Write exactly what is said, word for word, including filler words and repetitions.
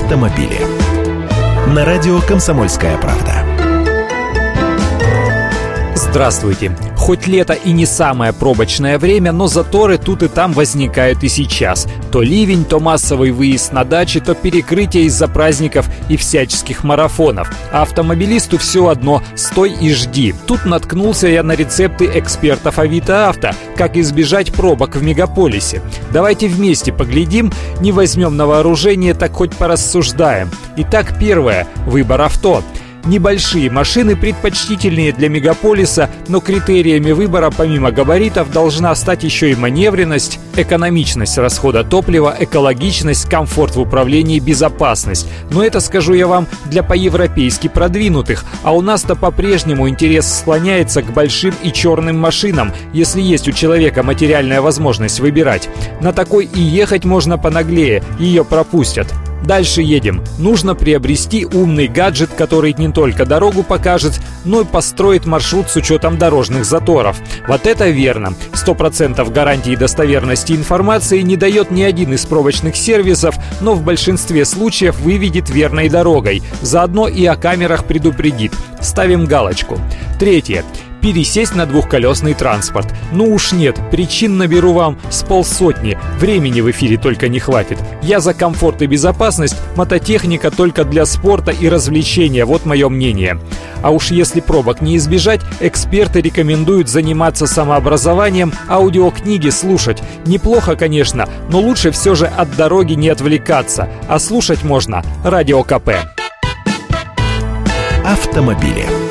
автомобили. На радио «Комсомольская правда». Здравствуйте! Хоть лето и не самое пробочное время, но заторы тут и там возникают и сейчас. То ливень, то массовый выезд на даче, то перекрытие из-за праздников и всяческих марафонов. А автомобилисту все одно – стой и жди. Тут наткнулся я на рецепты экспертов Авито Авто, как избежать пробок в мегаполисе. Давайте вместе поглядим, не возьмем на вооружение, так хоть порассуждаем. Итак, первое – выбор авто. Небольшие машины предпочтительнее для мегаполиса, но критериями выбора помимо габаритов должна стать еще и маневренность, экономичность расхода топлива, экологичность, комфорт в управлении, безопасность. Но это, скажу я вам, для по-европейски продвинутых, а у нас-то по-прежнему интерес склоняется к большим и черным машинам, если есть у человека материальная возможность выбирать. На такой и ехать можно понаглее, ее пропустят. Дальше едем. Нужно приобрести умный гаджет, который не только дорогу покажет, но и построит маршрут с учетом дорожных заторов. Вот это верно. сто процентов гарантии достоверности информации не дает ни один из пробочных сервисов, но в большинстве случаев выведет верной дорогой. Заодно и о камерах предупредит. Ставим галочку. Третье. Пересесть на двухколесный транспорт. Ну уж нет, причин наберу вам с полсотни. Времени в эфире только не хватит. Я за комфорт и безопасность, мототехника только для спорта и развлечения, вот мое мнение. А уж если пробок не избежать, эксперты рекомендуют заниматься самообразованием, аудиокниги слушать. Неплохо, конечно, но лучше все же от дороги не отвлекаться. А слушать можно Радио КП. Автомобили.